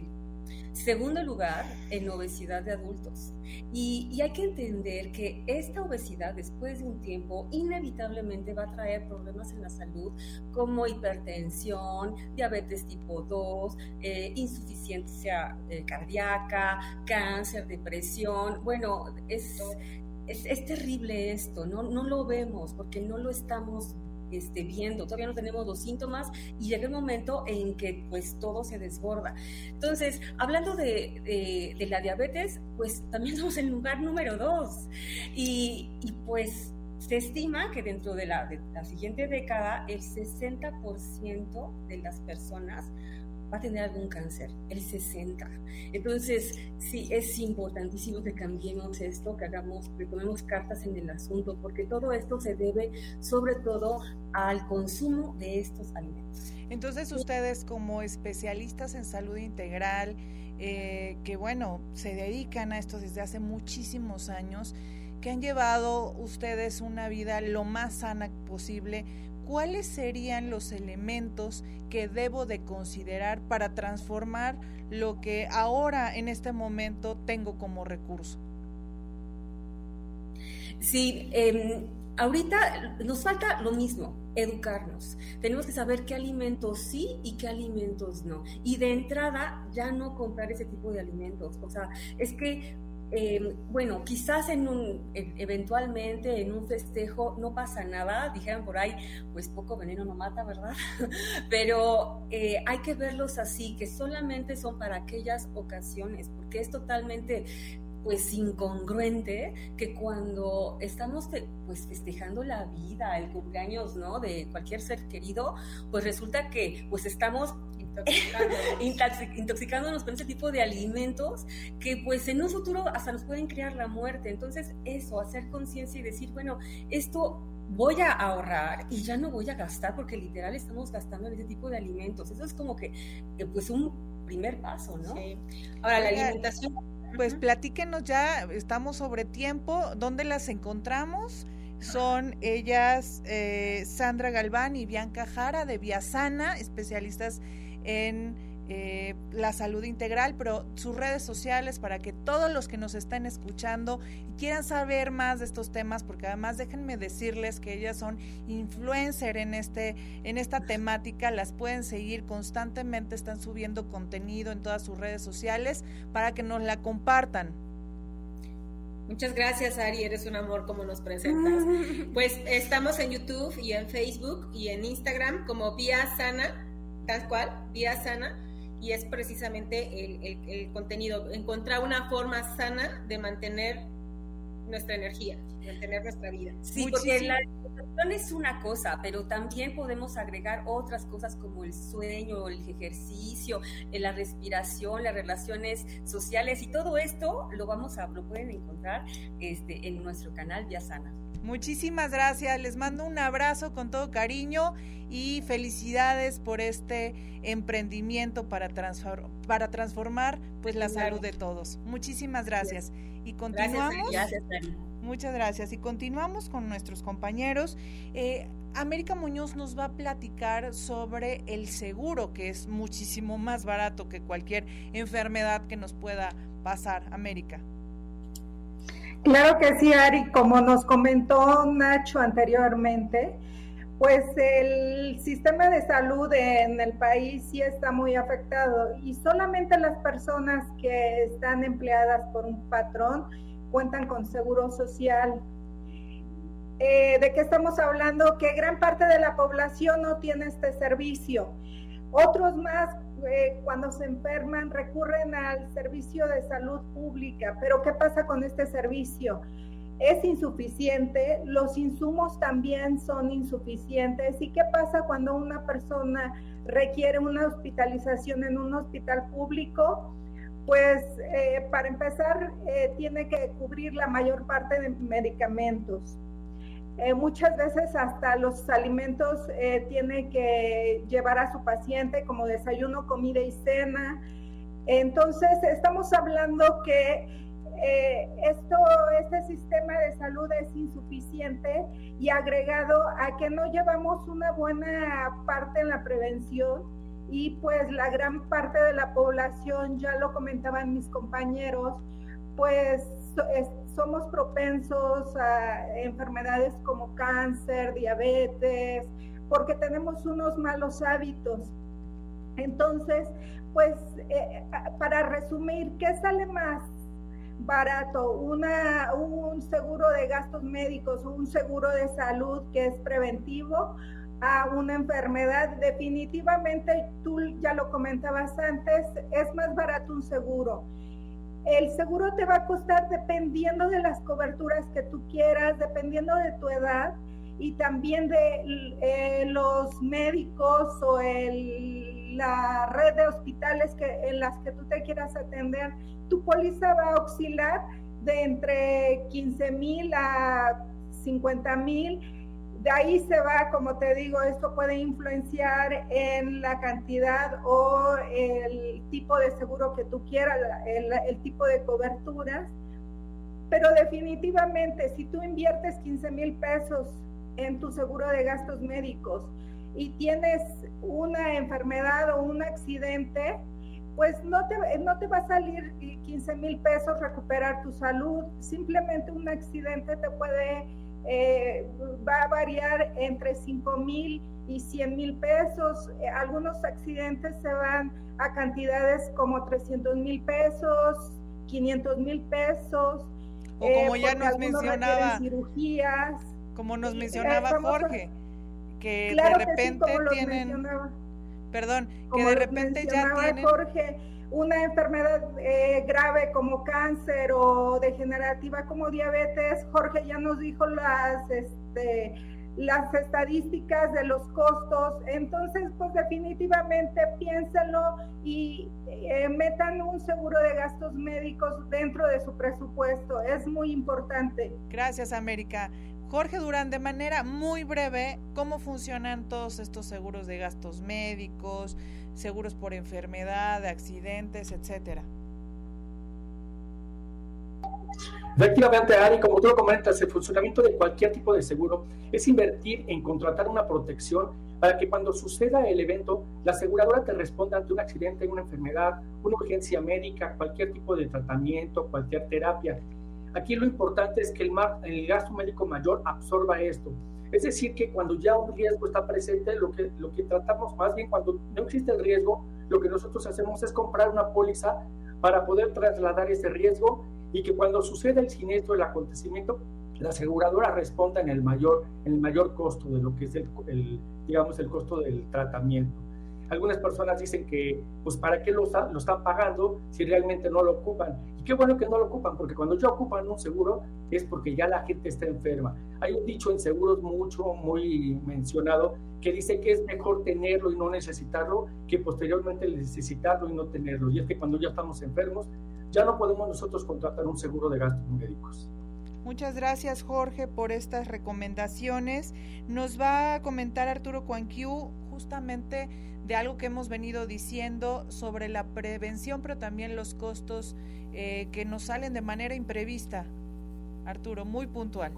Segundo lugar, en obesidad de adultos. Y hay que entender que esta obesidad, después de un tiempo, inevitablemente va a traer problemas en la salud como hipertensión, diabetes tipo 2, insuficiencia cardíaca, cáncer, depresión. Bueno, es terrible esto, no lo vemos porque no lo estamos viendo, todavía no tenemos los síntomas y llega el momento en que pues todo se desborda. Entonces, hablando de la diabetes, pues también estamos en lugar número 2 y pues se estima que dentro de la siguiente década el 60% de las personas va a tener algún cáncer, el 60%. Entonces, sí, es importantísimo que cambiemos esto, que tomemos cartas en el asunto, porque todo esto se debe sobre todo al consumo de estos alimentos. Entonces, ustedes como especialistas en salud integral, que bueno, se dedican a esto desde hace muchísimos años, que han llevado ustedes una vida lo más sana posible, ¿cuáles serían los elementos que debo de considerar para transformar lo que ahora en este momento tengo como recurso? Sí, ahorita nos falta lo mismo, educarnos. Tenemos que saber qué alimentos sí y qué alimentos no. Y de entrada ya no comprar ese tipo de alimentos. O sea, es que bueno, quizás eventualmente en un festejo no pasa nada, dijeran por ahí, pues poco veneno no mata, ¿verdad? Pero hay que verlos así, que solamente son para aquellas ocasiones, porque es totalmente pues incongruente que cuando estamos pues festejando la vida, el cumpleaños, ¿no?, de cualquier ser querido, pues resulta que pues estamos intoxicándonos con ese tipo de alimentos que pues en un futuro hasta nos pueden crear la muerte. Entonces eso, hacer conciencia y decir, bueno, esto voy a ahorrar y ya no voy a gastar, porque literal estamos gastando en ese tipo de alimentos. Eso es como que pues un primer paso, ¿no? Sí. Ahora, la alimentación. Pues platíquenos ya, estamos sobre tiempo, ¿dónde las encontramos? Son ellas Sandra Galván y Bianca Jara de Viasana, especialistas en la salud integral, pero sus redes sociales para que todos los que nos están escuchando y quieran saber más de estos temas, porque además déjenme decirles que ellas son influencer en esta temática, las pueden seguir constantemente, están subiendo contenido en todas sus redes sociales para que nos la compartan. Muchas gracias, Ari, eres un amor como nos presentas. Pues estamos en YouTube y en Facebook y en Instagram como Vía Sana, tal cual, Vía Sana, y es precisamente el contenido, encontrar una forma sana de mantener nuestra energía, mantener nuestra vida. Sí, porque la alimentación es una cosa, pero también podemos agregar otras cosas como el sueño, el ejercicio, la respiración, las relaciones sociales, y todo esto lo pueden encontrar en nuestro canal Vía Sana. Muchísimas gracias, les mando un abrazo con todo cariño y felicidades por este emprendimiento para transformar pues la salud de todos. Muchísimas gracias. Y continuamos. Gracias, Ari. Muchas gracias. Y continuamos con nuestros compañeros. América Muñoz nos va a platicar sobre el seguro, que es muchísimo más barato que cualquier enfermedad que nos pueda pasar. América. Claro que sí, Ari, como nos comentó Nacho anteriormente, pues el sistema de salud en el país sí está muy afectado y solamente las personas que están empleadas por un patrón cuentan con seguro social. ¿De qué estamos hablando? Que gran parte de la población no tiene este servicio. Otros más, cuando se enferman, recurren al servicio de salud pública. Pero ¿qué pasa con este servicio? Es insuficiente, los insumos también son insuficientes. ¿Y qué pasa cuando una persona requiere una hospitalización en un hospital público? Pues para empezar, tiene que cubrir la mayor parte de medicamentos. Muchas veces hasta los alimentos tiene que llevar a su paciente como desayuno, comida y cena. Entonces estamos hablando que este sistema de salud es insuficiente y agregado a que no llevamos una buena parte en la prevención y pues la gran parte de la población, ya lo comentaban mis compañeros, pues somos propensos a enfermedades como cáncer, diabetes, porque tenemos unos malos hábitos. Entonces, pues para resumir, ¿qué sale más barato? Un seguro de gastos médicos, un seguro de salud que es preventivo a una enfermedad. Definitivamente, tú ya lo comentabas antes, es más barato un seguro. El seguro te va a costar dependiendo de las coberturas que tú quieras, dependiendo de tu edad y también de los médicos o la red de hospitales en las que tú te quieras atender. Tu póliza va a oscilar de entre 15,000 a 50,000. De ahí se va, como te digo, esto puede influenciar en la cantidad o el tipo de seguro que tú quieras, el tipo de coberturas. Pero definitivamente, si tú inviertes 15,000 pesos en tu seguro de gastos médicos y tienes una enfermedad o un accidente, pues no te va a salir 15,000 pesos recuperar tu salud. Simplemente un accidente te puede va a variar entre 5,000 y 100,000 pesos. Algunos accidentes se van a cantidades como 300,000 pesos, 500,000 pesos. O como ya nos mencionaba, cirugías. Como nos mencionaba Jorge, que claro de repente que sí, tienen, perdón, como que de repente ya tienen Jorge, una enfermedad grave como cáncer o degenerativa como diabetes. Jorge ya nos dijo las estadísticas de los costos. Entonces, pues definitivamente piénsenlo y metan un seguro de gastos médicos dentro de su presupuesto. Es muy importante. Gracias, América. Jorge Durán, de manera muy breve, ¿cómo funcionan todos estos seguros de gastos médicos, seguros por enfermedad, accidentes, etcétera? Efectivamente, Ari, como tú lo comentas, el funcionamiento de cualquier tipo de seguro es invertir en contratar una protección para que cuando suceda el evento, la aseguradora te responda ante un accidente, una enfermedad, una urgencia médica, cualquier tipo de tratamiento, cualquier terapia. Aquí lo importante es que el gasto médico mayor absorba esto. Es decir, que cuando ya un riesgo está presente, lo que tratamos, más bien cuando no existe el riesgo, lo que nosotros hacemos es comprar una póliza para poder trasladar ese riesgo y que cuando suceda el siniestro, el acontecimiento, la aseguradora responda en el mayor costo de lo que es el costo del tratamiento. Algunas personas dicen que, pues, ¿para qué lo están pagando si realmente no lo ocupan? Y qué bueno que no lo ocupan, porque cuando ya ocupan un seguro es porque ya la gente está enferma. Hay un dicho en seguros muy mencionado que dice que es mejor tenerlo y no necesitarlo que posteriormente necesitarlo y no tenerlo. Y es que cuando ya estamos enfermos, ya no podemos nosotros contratar un seguro de gastos médicos. Muchas gracias, Jorge, por estas recomendaciones. Nos va a comentar Arturo Cuanquiu justamente de algo que hemos venido diciendo sobre la prevención, pero también los costos que nos salen de manera imprevista. Arturo, muy puntual.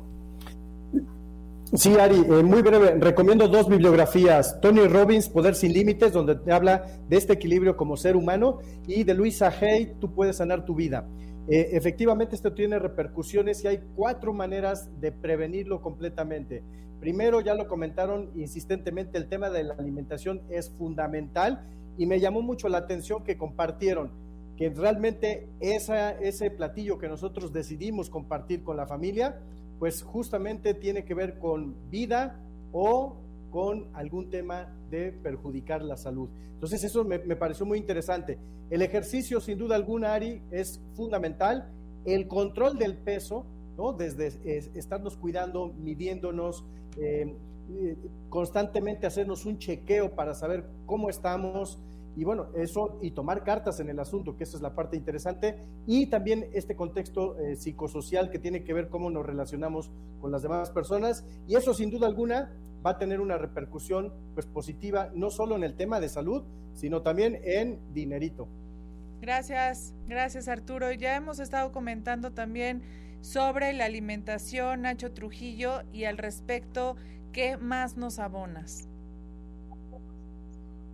Sí, Ari, muy breve, recomiendo 2 bibliografías, Tony Robbins, Poder sin Límites, donde te habla de este equilibrio como ser humano, y de Louisa Hay, Tú puedes sanar tu vida. Efectivamente, esto tiene repercusiones y hay 4 maneras de prevenirlo completamente. Primero, ya lo comentaron insistentemente, el tema de la alimentación es fundamental y me llamó mucho la atención que compartieron, que realmente ese platillo que nosotros decidimos compartir con la familia, pues justamente tiene que ver con vida o con algún tema de perjudicar la salud. Entonces eso me pareció muy interesante. El ejercicio, sin duda alguna, Ari, es fundamental. El control del peso, ¿no? Desde estarnos cuidando, midiéndonos, constantemente hacernos un chequeo para saber cómo estamos, y bueno, eso, y tomar cartas en el asunto, que esa es la parte interesante, y también este contexto psicosocial que tiene que ver cómo nos relacionamos con las demás personas, y eso sin duda alguna va a tener una repercusión pues positiva, no solo en el tema de salud, sino también en dinerito. Gracias Arturo. Ya hemos estado comentando también sobre la alimentación, Nacho Trujillo, y al respecto, ¿qué más nos abonas?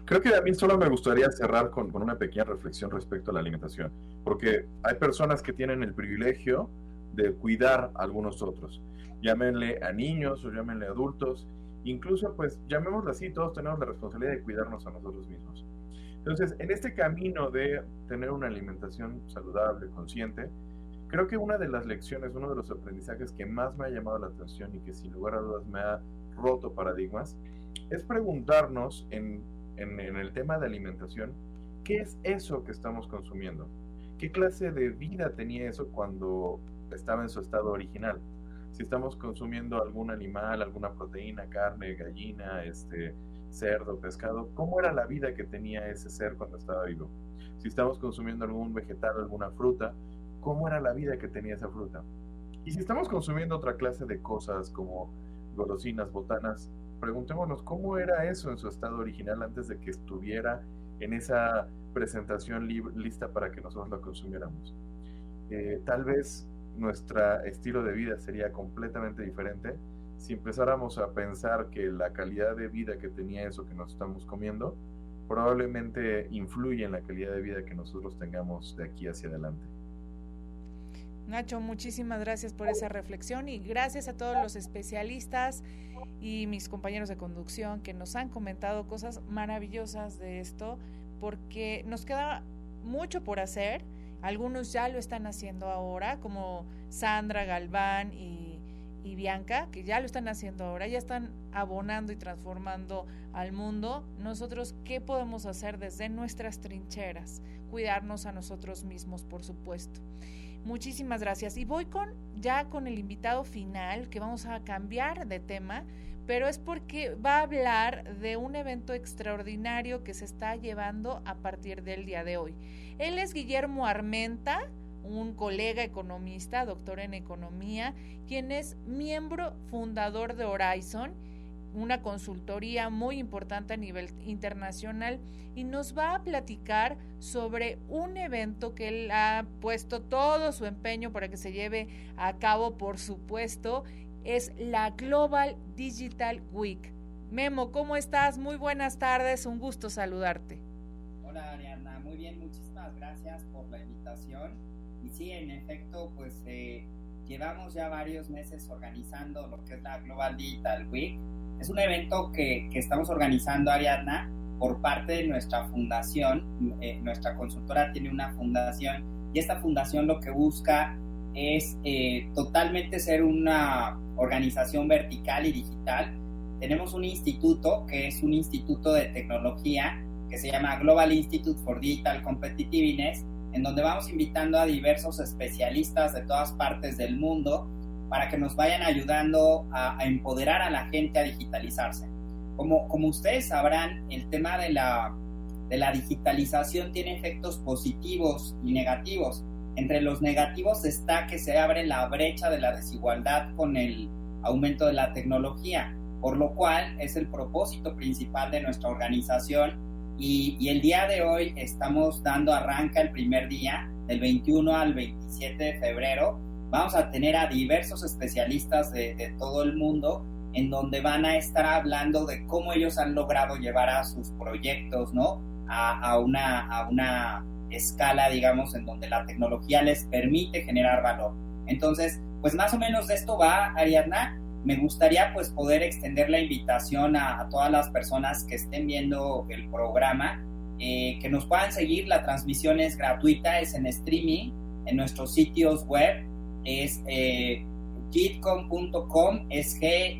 Creo que a mí solo me gustaría cerrar con una pequeña reflexión respecto a la alimentación, porque hay personas que tienen el privilegio de cuidar a algunos otros, llámenle a niños o llámenle a adultos, incluso pues llamémoslo así, todos tenemos la responsabilidad de cuidarnos a nosotros mismos. Entonces, en este camino de tener una alimentación saludable, consciente, creo que una de las lecciones, uno de los aprendizajes que más me ha llamado la atención y que sin lugar a dudas me ha roto paradigmas, es preguntarnos en el tema de alimentación, ¿qué es eso que estamos consumiendo? ¿Qué clase de vida tenía eso cuando estaba en su estado original? Si estamos consumiendo algún animal, alguna proteína, carne, gallina, cerdo, pescado, ¿cómo era la vida que tenía ese ser cuando estaba vivo? Si estamos consumiendo algún vegetal, alguna fruta, ¿cómo era la vida que tenía esa fruta? Y si estamos consumiendo otra clase de cosas como golosinas, botanas, preguntémonos cómo era eso en su estado original antes de que estuviera en esa presentación lista para que nosotros la consumiéramos. Tal vez nuestro estilo de vida sería completamente diferente si empezáramos a pensar que la calidad de vida que tenía eso que nos estamos comiendo probablemente influye en la calidad de vida que nosotros tengamos de aquí hacia adelante. Nacho, muchísimas gracias por esa reflexión y gracias a todos los especialistas y mis compañeros de conducción que nos han comentado cosas maravillosas de esto, porque nos queda mucho por hacer. Algunos ya lo están haciendo ahora, como Sandra Galván y Bianca, que ya lo están haciendo ahora, ya están abonando y transformando al mundo. Nosotros, ¿qué podemos hacer desde nuestras trincheras? Cuidarnos a nosotros mismos, por supuesto. Muchísimas gracias. Y voy con el invitado final, que vamos a cambiar de tema, pero es porque va a hablar de un evento extraordinario que se está llevando a partir del día de hoy. Él es Guillermo Armenta, un colega economista, doctor en economía, quien es miembro fundador de Horizon, una consultoría muy importante a nivel internacional, y nos va a platicar sobre un evento que él ha puesto todo su empeño para que se lleve a cabo, por supuesto, es la Global Digital Week. Memo, ¿cómo estás? Muy buenas tardes, un gusto saludarte. Hola Ariadna, muy bien, muchísimas gracias por la invitación. Y sí, en efecto, pues llevamos ya varios meses organizando lo que es la Global Digital Week. Es un evento que estamos organizando, Ariadna, por parte de nuestra fundación. Nuestra consultora tiene una fundación y esta fundación lo que busca es totalmente ser una organización vertical y digital. Tenemos un instituto que es un instituto de tecnología que se llama Global Institute for Digital Competitiveness, en donde vamos invitando a diversos especialistas de todas partes del mundo para que nos vayan ayudando a empoderar a la gente a digitalizarse. Como ustedes sabrán, el tema de la digitalización tiene efectos positivos y negativos. Entre los negativos está que se abre la brecha de la desigualdad con el aumento de la tecnología, por lo cual es el propósito principal de nuestra organización y el día de hoy estamos dando arranque el primer día, del 21 al 27 de febrero. Vamos a tener a diversos especialistas de todo el mundo en donde van a estar hablando de cómo ellos han logrado llevar a sus proyectos, ¿no? a una escala, digamos, en donde la tecnología les permite generar valor. Entonces, pues más o menos de esto va, Ariadna. Me gustaría pues poder extender la invitación a todas las personas que estén viendo el programa, que nos puedan seguir. La transmisión es gratuita, es en streaming, en nuestros sitios web, es gidcom.com, es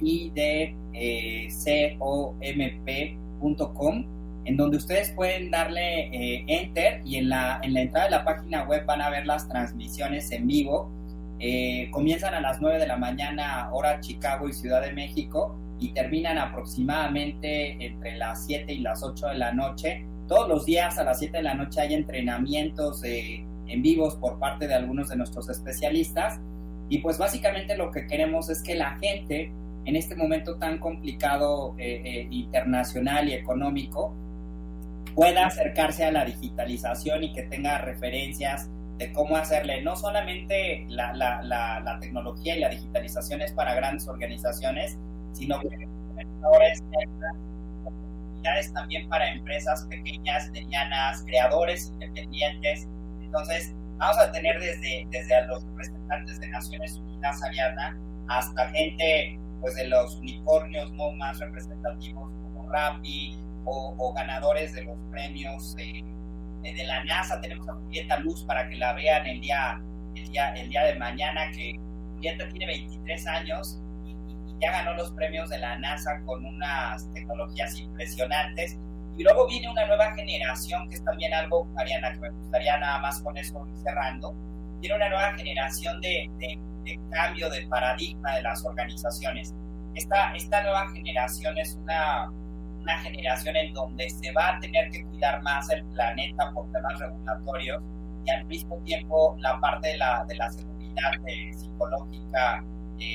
gidcomp.com, en donde ustedes pueden darle enter y en la entrada de la página web van a ver las transmisiones en vivo. Comienzan a las 9 de la mañana, hora Chicago y Ciudad de México, y terminan aproximadamente entre las 7 y las 8 de la noche. Todos los días a las 7 de la noche hay entrenamientos en vivos por parte de algunos de nuestros especialistas, y pues básicamente lo que queremos es que la gente en este momento tan complicado internacional y económico pueda acercarse a la digitalización y que tenga referencias de cómo hacerle. No solamente la tecnología y la digitalización es para grandes organizaciones, sino que oportunidades también para empresas pequeñas, medianas, creadores independientes. Entonces, vamos a tener desde a los representantes de Naciones Unidas, Ariadna, hasta gente pues de los unicornios no más representativos como Rappi o ganadores de los premios de la NASA. Tenemos a Julieta Luz para que la vean el día de mañana, que Julieta tiene 23 años y ya ganó los premios de la NASA con unas tecnologías impresionantes. Y luego viene una nueva generación, que es también algo, Ariana, que me gustaría nada más con eso ir cerrando. Viene una nueva generación de cambio de paradigma de las organizaciones. Esta nueva generación es una generación en donde se va a tener que cuidar más el planeta por temas regulatorios y al mismo tiempo la parte de la seguridad psicológica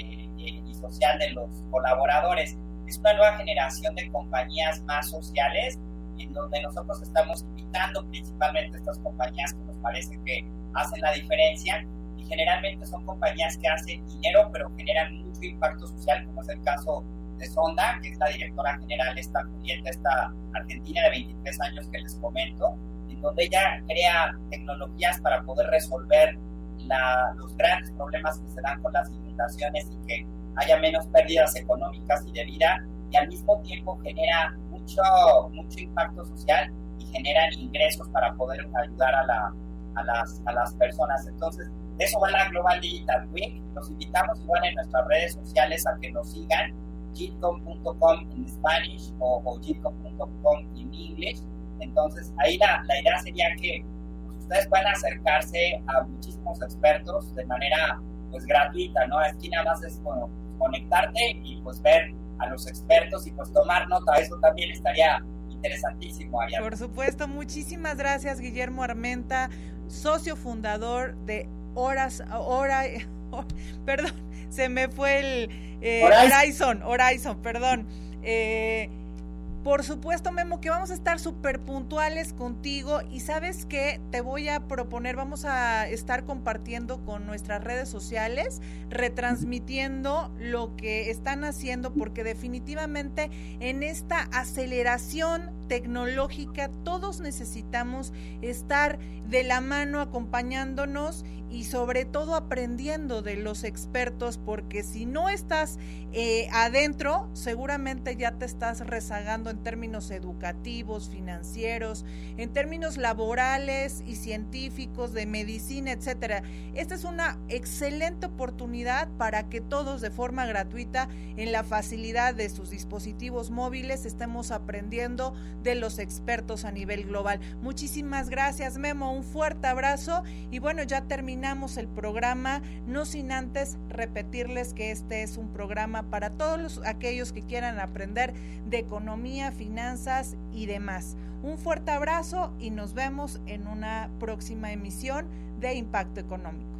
y social de los colaboradores. Es una nueva generación de compañías más sociales, en donde nosotros estamos invitando principalmente a estas compañías que nos parece que hacen la diferencia, y generalmente son compañías que hacen dinero pero generan mucho impacto social, como es el caso de Sonda, que es la directora general, esta Julieta, esta argentina de 23 años que les comento, en donde ella crea tecnologías para poder resolver los grandes problemas que se dan con las inundaciones y que haya menos pérdidas económicas y de vida, y al mismo tiempo genera mucho impacto social y generan ingresos para poder ayudar a las personas. Entonces, de eso va la Global Digital Week. Los invitamos igual en nuestras redes sociales a que nos sigan, jitcom.com en Spanish o jitcom.com en English. Entonces, ahí la idea sería que ustedes puedan acercarse a muchísimos expertos de manera pues gratuita, ¿no? Aquí nada más es como conectarte y pues ver a los expertos y pues tomar nota. Eso también estaría interesantísimo, Ariana. Por supuesto, muchísimas gracias, Guillermo Armenta, socio fundador de perdón, se me fue el Horizon, perdón. Por supuesto, Memo, que vamos a estar súper puntuales contigo, y ¿sabes qué? Te voy a proponer, vamos a estar compartiendo con nuestras redes sociales, retransmitiendo lo que están haciendo, porque definitivamente en esta aceleración tecnológica todos necesitamos estar de la mano, acompañándonos y sobre todo aprendiendo de los expertos, porque si no estás adentro, seguramente ya te estás rezagando en términos educativos, financieros, en términos laborales y científicos, de medicina, etcétera. Esta es una excelente oportunidad para que todos, de forma gratuita, en la facilidad de sus dispositivos móviles, estemos aprendiendo de los expertos a nivel global. Muchísimas gracias, Memo, un fuerte abrazo, y bueno, ya terminamos el programa, no sin antes repetirles que este es un programa para todos aquellos que quieran aprender de economía, finanzas y demás. Un fuerte abrazo y nos vemos en una próxima emisión de Impacto Económico.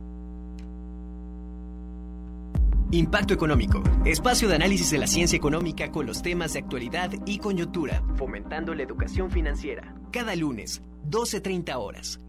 Impacto Económico, espacio de análisis de la ciencia económica con los temas de actualidad y coyuntura, fomentando la educación financiera. Cada lunes, 12:30 horas.